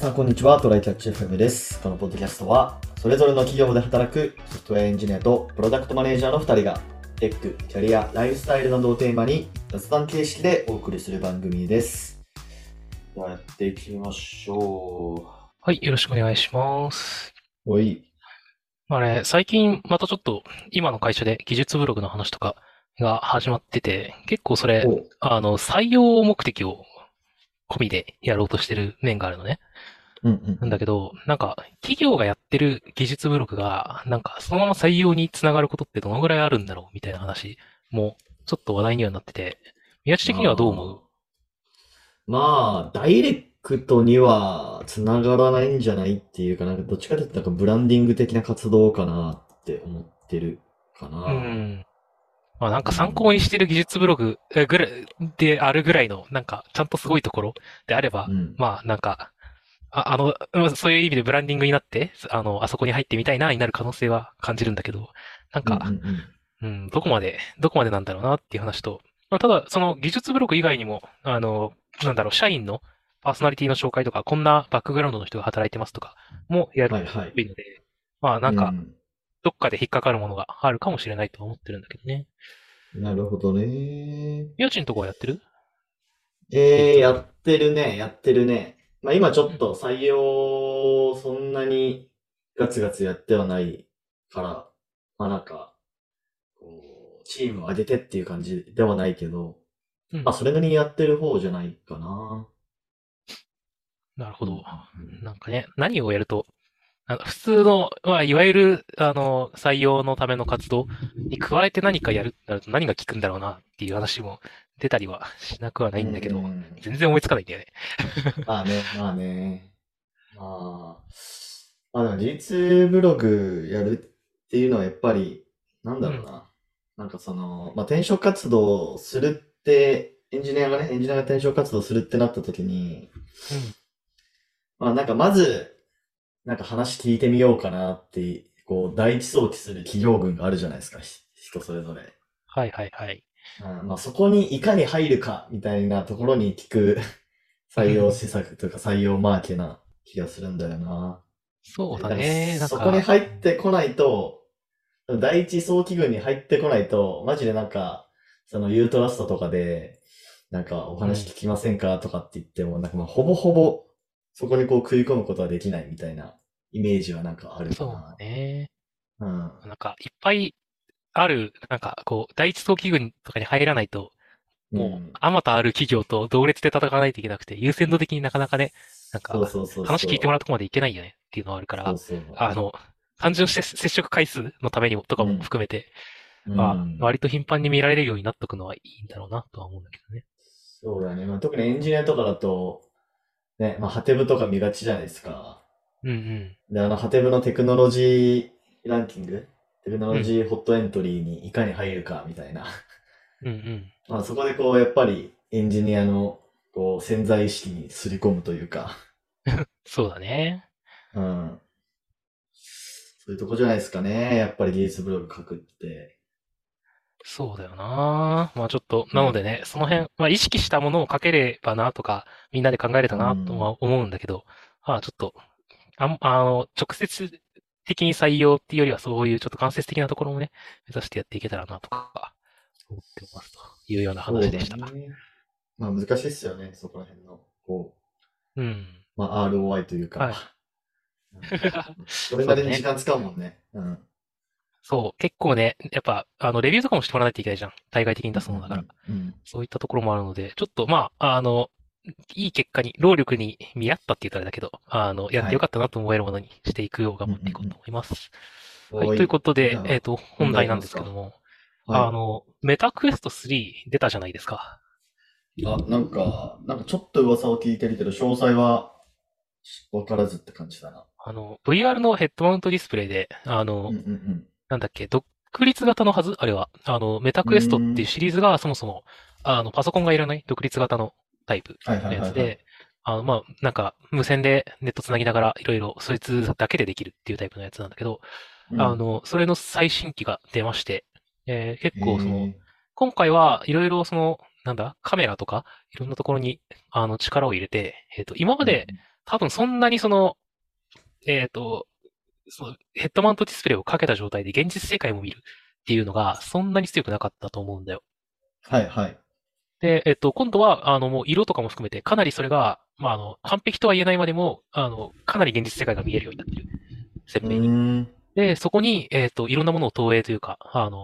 さん、こんにちは。トライキャッチ FM です。このポッドキャストは、それぞれの企業で働くソフトウェアエンジニアとプロダクトマネージャーの2人が、テック、キャリア、ライフスタイルなどをテーマに雑談形式でお送りする番組です。ではやっていきましょはい、よろしくお願いします。 う。おい。 最近またちょっと今の会社で技術ブログの話とかが始まってて、結構それ、 おう。 採用目的を込みでやろうとしてる面があるのね。 うんうんうん。 なんだけど、企業がやってる技術ブログが、そのまま採用につながることってどのぐらいあるんだろうみたいな話も、ちょっと話題にはなってて、宮地的にはどう思う？ ダイレクトには繋がらないんじゃないっていうかどっちかというとブランディング的な活動かなって思ってるかうな。 ん。参うん。 考にしてる技術ブログぐらいであるぐらいの、ちゃんとすごいところであれば、 うん。 そういう意味でブランディングになって、あそこに入ってみたいな、になる可能性は感じるんだけど、なんうんうんうか、 ん。 どこまでなんだろうなっていう話と、ただ、その技術ブログ以外にも、社員のパーソナリティの紹介とか、こんなバックグラウンドの人が働いてますとか、もやるはいはい。 多いので、まあ、なんか、 うん。 どっかで引っかかるものがあるかもしれないとは思ってるんだけどね。 なるほどね。 家賃とかはやってる？技術ブログ。 やってるね、やってるね。今ちょうん。 っと採用、そんなにガツガツやってはないから、チームを上げてっていう感じではないけど、 うん。 それなりにやってる方じゃないかな。 なるほうんうんど。 うん。 何をやると、普通の、いわゆる、採用のための活動に加えて何かやるってなると何が効くんだろうなっていう話も出たりはしなくはなうんういんだけど、 ん。 全然思いつかないんだよね。 まあね、まあね。まあ、でも G2 ブログやるっていうのはやっぱり、なんうん。 だろうな。転職活動をするって、エンジニアが転職活動するってなった時に、 うん。 まず、話聞いてみようかなって、第一早期する企業群があるじゃないですか、人それぞれ。 はいはいはい。 そこにいかに入るか、みたいなところに聞く採用施策というか採用マーケな気がするんだよな。 そうだからだね。 そこに入ってこないと、第一早期軍に入ってこないと、マジでそのユートラストとかで、おうん。 話聞きませんかとかって言っても、ほぼほぼ、そこに食い込むことはできないみたいなイメージはあるかそうだな。 ね。 うん。 いっぱいある、第一層機群とかに入らないと、もう、 うん。 あまたある企業と同列で戦わないといけなくて、優先度的になかなかね、 そうそうそう話聞いてもらうそとこまでいけないよねっていうのはあるかう。そうら、 そう。 あの、単純接触回数のためにもとかもうん。 含めて、 うん。 割と頻繁に見られるようになっとくのはいいんだろうなとは思うんだけどね。 そうだね。特にエンジニアとかだと、ね、ハテブとか見がちじゃないですか。 うんうん。 で、ハテブのテクノロジーランキング、テクノうん。 ロジーホットエントリーにいかに入るかみたいな。 うんうん。 そこでやっぱりエンジニアの潜在意識にすり込むというか、 そうだね。 うん。そういうとこじゃないですかね。やっぱり技術ブログ書くって。 そうだよな。ちょっと、 うん。 なのでね、その辺、意識したものを書ければなとか、みんなで考えれたうなとん。 は思うんだけど、ちょっと、直接的に採用っていうよりは、そういうちょっと間接的なところもね、目指してやっていけたらなとか、思ってますというようなそうだ話でした。 ね。難しいっすよね。そこら辺の、 うん。 ROI というか。 はい。 うん。それなそうだね。 りに時間使うもんね。うん。 そう、結構ね、やっぱ、レビューとかもしてもらわないといけないじゃん。対外的にうんう出すものだから。 んうん。 そういったところもあるので、ちょっと、いい結果に、労力に見合ったって言ったらあれだけど、やっはい。 てよかったなと思えるものにしていくよう頑うんう張っていこうとん思います。 うん。 はい、 おい。 ということで、 じゃあ、本本題なんで題いきますか。 すけども、 はい。 メタクエスト3出たじゃないですか。 ちょっと噂を聞いてるけど、詳細はわからずって感じだな。 VR のヘッドマウントディスプレイで、 うんうん独立型のはずあれは。メタうん。うクエストっていうーん。 シリーズがそもそも、パソコンがいらない独立型のタイプはいはいはいはい。 のやつで、無線でネットつなぎながらいろいろそいつだけでできるっていうタイプのやつなんだけど、 うん。 それの最新機が出まして、結構え今回はいろいろカメラとか、いろんなところに、力を入れて、今まうんうで、 ん。 多分そんなにその、えっと、そのヘッドマウントディスプレイをかけた状態で現実世界も見るっていうのがそんなに強くなかったと思うんだよ。 はいはい。 で、今度は、もう色とかも含めて、かなりそれが、まあ、完璧とは言えないまでも、かなり現実世界が見えるようになってる。鮮うー明に。 ん。 で、そこに、いろんなものを投影というか、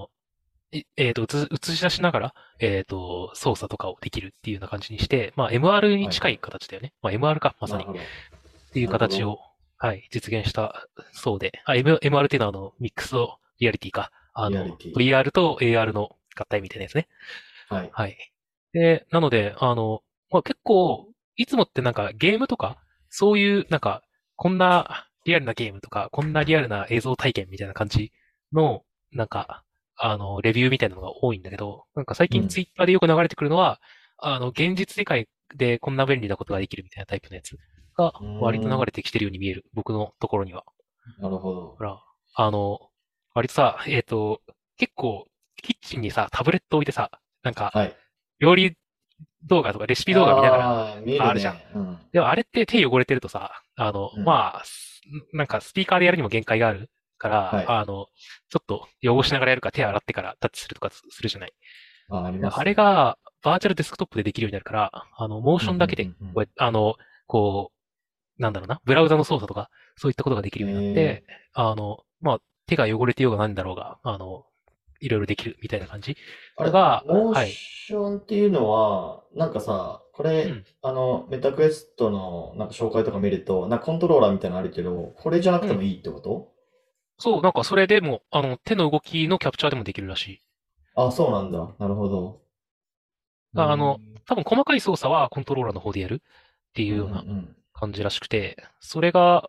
映し出しながら、操作とかをできるっていうような感じにして、まあ、MR に近いはいはい。 形だよね。まあ、MR か、まさに。 なるほど。 っていうなるほど。 形を、はい、実現したそうで、MR っていうのはミックスドリアリティか。 リアリティ。 VR と AR の合体みたいなやつね。 はい。 はい。で、なので、まあ、結構、いつもってなんかゲームとか、そういうなんか、こんなリアルなゲームとか、こんなリアルな映像体験みたいな感じの、なんか、レビューみたいなのが多いんだけど、なんか最うん。 近ツイッターでよく流れてくるのは、現実世界でこんな便利なことができるみたいなタイプのやつがう割と流ーん。 れてきてるように見える、僕のところには。 なるほど。 ほら、あの、割とさ、結構、キッチンにさ、タブレット置いてさ、なんか、 はい。 料理動画とかレシピ動画見ながら、 ああ、見あるじゃん。 るね。うん。 でもあれって手汚れてるとさ、 うん。 まあ、なんかスピーカーでやるにも限界があるから、 はい。 ちょっと汚しながらやるか手洗ってからタッチするとかするじゃない。 あ、ありであますね。 れが、バーチャルデスクトップでできるようになるから、モーうん、うん、 ションだけで、 うん、 こうやってこなんだろうな、ブラウザの操作とか、そういったことができるうん。 ようになって、まあ、手が汚れてようがなんだろうが、いろいろできるみたいな感じあれ、 のが、 モーはい。 ションっていうのは、なんかさ、これ、 うん。 メタクエストのなんか紹介とか見ると、なんかコントローラーみたいなのあるけど、これじゃなうん。 くてもいいってこと？ そう、なんかそれでも、手の動きのキャプチャーでもできるらしい。 あ、そうなんだ。なるほど。へあえ。 多分細かい操作はコントローラーの方でやるっていううん、うん、 ようなうん。 感じらしくて、それが、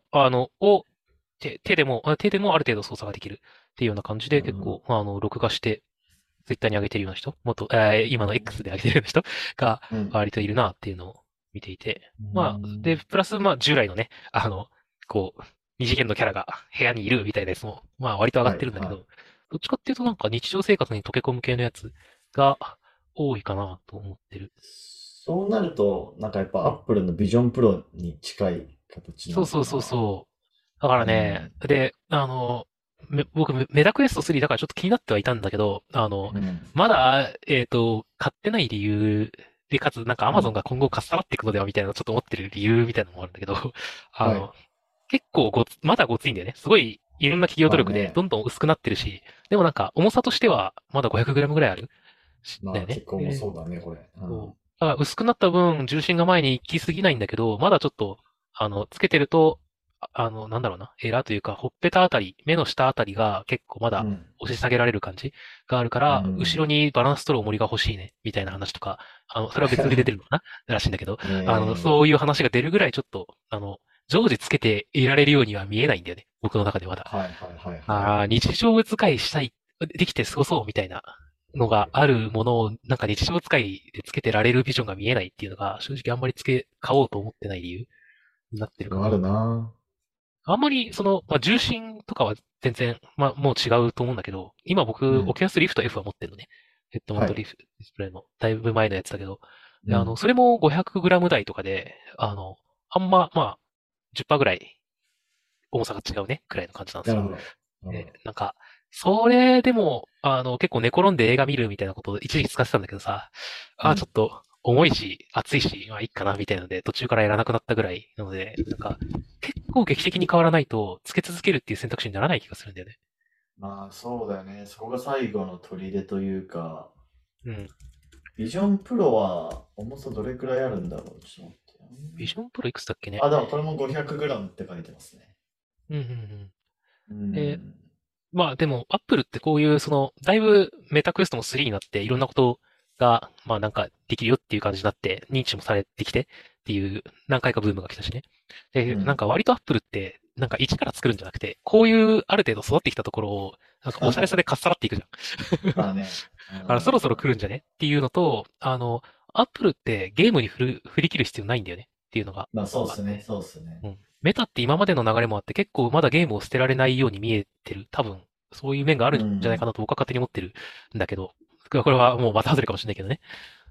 手でもある程度操作ができるっていうような感じでなるほど。 結構、録画してツイッターに上げてるような人、もっと、今の X で上げてるような人がうん。 割といるなっていうのを見ていて、 うまあ、で、 ん。 プラス、まあ、従来のね、こう、二次元のキャラが部屋にいるみたいなやつも、まあ、割と上がはい、 ってるんだけど、 はい。 どっちかっていうとなんか日常生活に溶け込む系のやつが多いかなと思ってる。 そうなると、なんかやっぱうん。 Apple の Vision Pro に近い形なのそうそうそうかな。 そう。だからね、 うん。 で、僕、メタクエスト3だからちょっと気になってはいたんだけど、 うん。 まだ、買ってない理由で、かつ、なんかうん。 Amazon が今後かっさらっていくのではみたいな、ちょっと思ってる理由みたいなのもあるんだけど、あはい。 の、結構まだごついんだよね。すごい、いろんな企業努力で、 まあね。 どんどん薄くなってるし、でもなんか、重さとしては、まだ 500g ぐらいあるだよね。 まあ結構重そうだね、これ。うん。 そう。だから薄くなった分、重心が前に行き過ぎないんだけど、まだちょっと、つけてると、なんだろうな、エラというか、ほっぺたあたり、目の下あたりが結構まだうん。 押し下げられる感じがあるかうら、後ろん。 にバランス取る重りが欲しいね、みたいな話とか、それは別売りで出てるのかならしいんだけど、 ええ、 そういう話が出るぐらいちょっと、常時つけていられるようには見えないんだよね。僕の中でまだ。 はいはいはいはい。 日常使いしたい、できて過ごそうみたいなのがあるものを、なんか日常使いでつけてられるビジョンが見えないっていうのが、正直あんまり買おうと思ってない理由になってるかな。 それはあるな。 あんまり、まあ、重心とかは全然、まあ、もう違うと思うんだけど、今僕、オうん。 キュラスリフト F は持ってるのね。ヘッドマウンはい。 トディスプレイの、だいぶ前のやつだけど、でうん。 それも 500g 台とかで、あんま、まあ、10%ぐらい重さが違うね、くらいの感じなんですよ。 なるほど。なるほど。 なんか、それでも、結構寝転んで映画見るみたいなことを一時期使ってたんだけどさ、ちょうん。 っと重いし、暑いし、まあいいかなみたいなので、途中からやらなくなったぐらいなので、なんか、結構劇的に変わらないと、つけ続けるっていう選択肢にならない気がするんだよね。 まあそうだよね。そこが最後の砦というか、 うん。 ビジョンプロは重さどれくらいあるんだろう。ちょっと待ってよ。 ビジョンプロいくつだっけね。 あ、でもこれも 500g って書いてますね。 うんうんうん。 うで、 ん。 まあでも、アップルってこういう、だいぶメタクエストも3になって、いろんなことが、まあなんかできるよっていう感じになって、認知もされてきてっていう、何回かブームが来たしね。で、なんうん。 か割とアップルって、なんか一から作るんじゃなくて、こういうある程度育ってきたところを、なんかおしゃれさでかっさらっていくじゃん。 まあね。うそろそろん。 来るんじゃねっていうのと、アップルってゲームに振り切る必要ないんだよねっていうのがまあそうっすね。 あって。 そうっすね。 うん。メタって今までの流れもあって結構まだゲームを捨てられないように見えてる。多分、そういう面があるんじゃないかうん。 なと僕は勝手に思ってるんだけど、これはもうまた外れかもしれないけどね。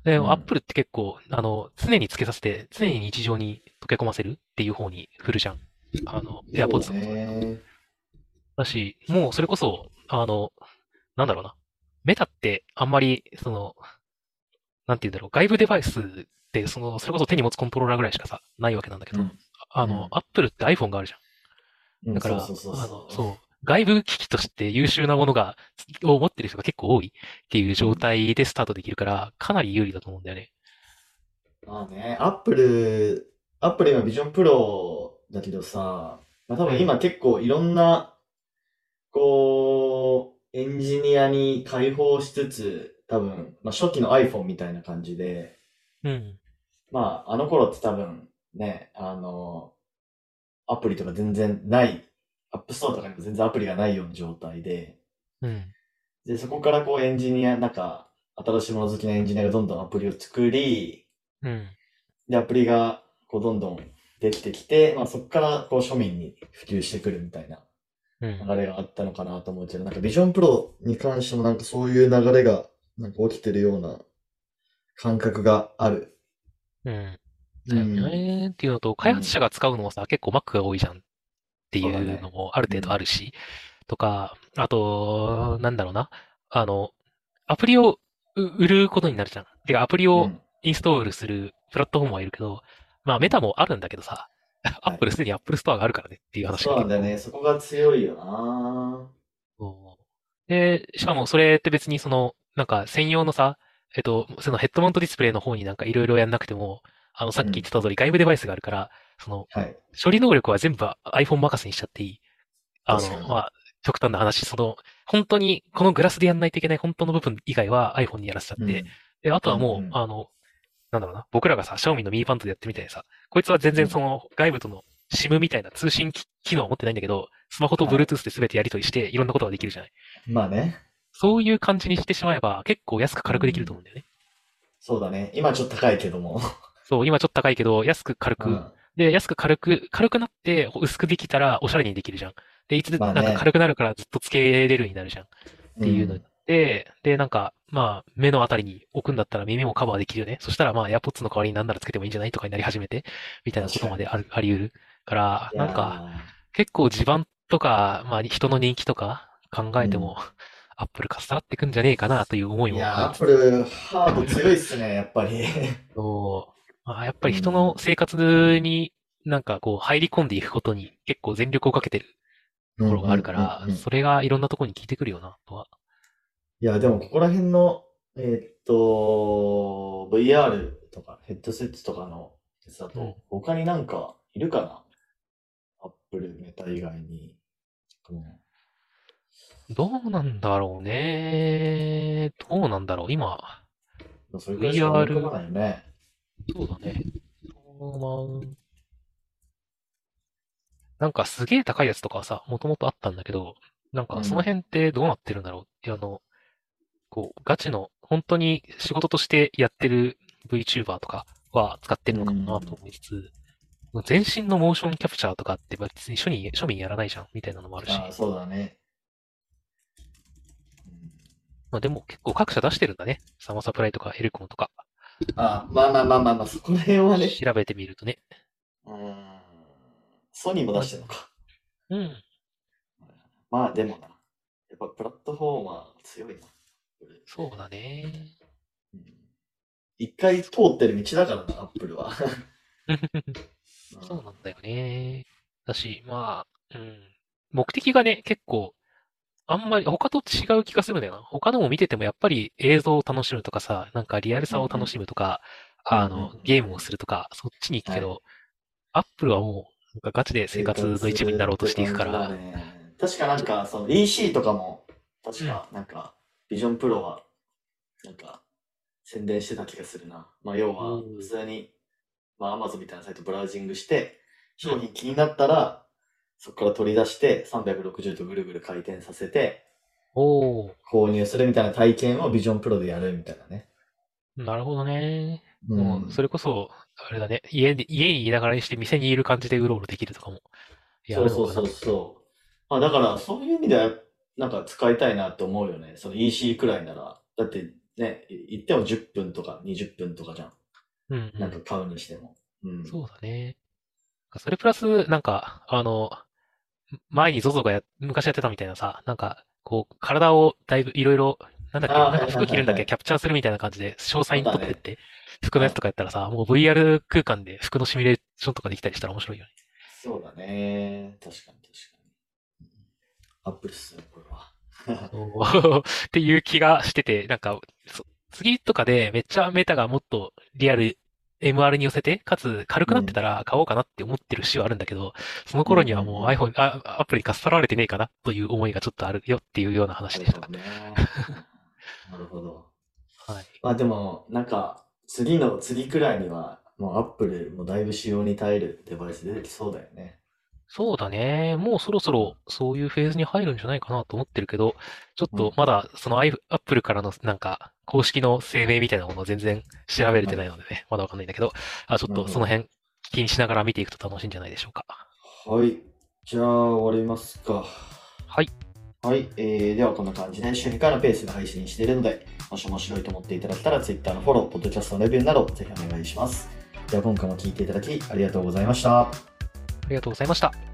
で、 うん。 Apple って結構、常につけさせて、常に日常に溶け込ませるっていう方に振るじゃん。 そうだ AirPods もそうだけど。 ね。 だし、もうそれこそ、なんだろうな。メタってあんまり、なんて言うんだろう、外部デバイスって、それこそ手に持つコントローラーぐらいしかさ、ないわけなんだけど、 うん。うん。 Apple って iPhone があるじゃん。 うん、 だから、 そうそうそうそそう、外部機器として優秀なものを持ってる人が結構多いっていうう。うん。 状態でスタートできるから、かなり有利だと思うんだよね。 まあね、アップル今ビジョンプロだけどさ、まあ多うん、 分今結構いろんな、エンジニアに開放しつつ、多分、まあ初期の iPhone みたいな感じで、 うん、 まああの頃って多分ね、アプリとか全然ない、アップストアとかにも全然アプリがないような状態で、 うん、 で、そこからエンジニア、新しいもの好きなエンジニアがどんどんアプリを作り、 うん、 で、アプリがどんどんできてきて、まあそこから庶民に普及してくるみたいなうん。 流れがあったのかなと思うけど、ビジョンプロに関してもそういう流れが起きてるような感覚がある。 うん。 うだよん。 ね。っていうのと、 うん。 開発者が使うのもさ、結構 Mac が多いじゃんっていうのそうだね。 もある程度あうん。 るし、とか、あと、なんだろうな。あの、アプリを売ることになるじゃん。てか、アプリをうん。 インストールするプラットフォームはいるけど、まあ、メタうん。 もあるんだけどさ、 はい。 Apple すでに Apple ストアがあるからねっていう話が結構。 そうなんだよね。そこが強いよな。 そうで、しかもそれって別になんか専用のさ、そのヘッドマウントディスプレイの方になんかいろいろやんなくても、さっき言っうん。 てた通り外部デバイスがあるから、その、 はい。 処理能力は全部 iPhone 任せにしちゃっていい。 確かに。 まあ、極端な話、本当にこのグラスでやんないといけない本当の部分以外は iPhone にやらせちゃって、 うん。 で、あとうん。うはもう、 ん。 なんだろうな、僕らがさ、Xiaomi のミーバンドでやってみたいにさ、こいつは全うん。 然外部との SIM みたいな通信機能を持ってないんだけど、スマホとはい。 Bluetooth で全てやり取りしていろんなことができるじゃない。 まあね。 そういう感じにしてしまえば結構安くう軽くできると思うん。 んだよね。 そうだね。今ちょっと高いけども。 そう、今ちょっと高いけど、安く軽く。 うん。 で、安く軽くなって薄くできたらおしゃれにできるじゃん。で、いつで、なんかまあね。 軽くなるからずっとつけれるようになるじゃん。っていうのうん。 で、なんか、まあ、目のあたりに置くんだったら耳もカバーできるよね。そしたらまあ、AirPods の代わりになんならつけてもいいんじゃないとかになり始めて、みたいなこ確かに。 とまであり得る。から、 いなんか、 や結構地盤とか、まあ、人の人気とか考ー。うん。 えても、Apple かっさらってくんじゃねえかなという思いいやー、 もありつつ。 アップル、ハード強いっすね、やっぱり。 そう、まあ、やっぱうり人のん。 生活になんかこう入り込んでいくことに結構全力をかけてるうんうんところがあるかうんら、 うん。 それがいろんなところに効いてくるよな、とは。 いや、でもここら辺の、VR とかヘッドセットとかのやつだうん。 と、他にいるかな？アップルメタ以外に。うん、 どうなんだろうね。どうなんだろう。今、 それくらいしか思い浮かば VR、 ないよね。 そうだね。なんかすげえ高いやつとかはさ、もともとあったんだけど、なんかそのうん。 辺ってどうなってるんだろうってガチの、本当に仕事としてやってる VTuber とかは使ってうるのかもなとん。 思いつつ、全身のモーションキャプチャーとかって別に庶民やらないじゃん、みたいなのもあるああ、 し。 そうだね。うん、 まあでも結構各社出してるんだね。サマーサプライとかエルコムとか。 ああ、まあまあまあまあまあ、そこら辺はね。 調べてみるとね。 うん。ソニーも出まあ、 してるのか。 うん、 まあでもな。やっぱプラットフォーマー強いな。 そうだね。 うん、一回通ってる道だからな、アップルは。うん、 そうなんだよね。だし、まあ、うん。目的がね、結構、あんまり他と違う気がするんだよな。他のも見ててもやっぱり映像を楽しむとかさ、なんかリアルうん、うさを楽ん。 しむとか、 うん、うん、うん。 ゲームをするとか、そっちに行くはい。 けど、アップルはもう、なんかガチで生生活の一部になろうと活ってしていく感じだから、 ね。確かその EC とかも、確うん、 かビジョンプロは、なんか、宣伝してた気がするな。まあ、要おは、普ー、 通に、まあ、Amazon みたいなサイトブラウジングして、 うん、 商品気になったら、そこから取り出して360度ぐるぐる回転させて、 おー、 購入するみたいな体験をビジョンプロでやるみたいなね。 なるほどね。もう、そうん。 れこそ、あれだね、家にいながらにして店にいる感じでうろうろできるとかも、やるのかな。 そうそうそうそう。だから、そういう意味では、使いたいなって思うよね。その EC くらいなら。だって、 ね、言っても10分とか20分とかじゃん。 うんうなんかん。 買うにしても。うん。 そうだね。それプラス、なんか、前に ZOZO が昔やってたみたいなさ、なんか、こう、体をだいぶいろいろ、なんだっけ、 ああ、 なんかはいはい服着るんだっけ、 はいはい。 キャプチャーするみたいな感じで、詳細にまたね。 撮ってって、服のやつとうん。 かやったらさ、もう VR 空間で服のシミュレーションとかできたりしたら面白いよね。 そうだね。確かに確かに。アップルっすね、これは。 そうっていう気がしてて、なんか、次とかでめっちゃメタがもっとリアル MR に寄せて、かつ軽くなってうん。 たら買おうかなって思ってる節はあるんだけど、そのうんうんう頃にはもうん。 iPhone、アプリかっさらわれてねえかなという思いがちょっとあるよっていうような話でした。 なるほどね。なるほど。 はい。 まあでも、なんか、次の次くらいには、もうアップルもだいぶ仕様に耐えるデバイス出てきそうだよね。 そうだね。もうそろそろそういうフェーズに入るんじゃないかなと思ってるけど、ちょっうん。うん。 とまだそのアップルからのなんか公式の声明みたいなものを全然調べれはい。 てないのでね、まだわかんないんだけど、ちょっなるほど。 とその辺気にしながら見ていくと楽しいんじゃないでしょうか。 はい。じゃあ、終わりますか。 はい。 はい。ではこんな感じで週2回のペースで配信しているので、もし面白いと思っていただけたら Twitter のフォロー、ポッドキャストのレビューなどぜひお願いします。では今回も聞いていただきありがとうございました。 ありがとうございました。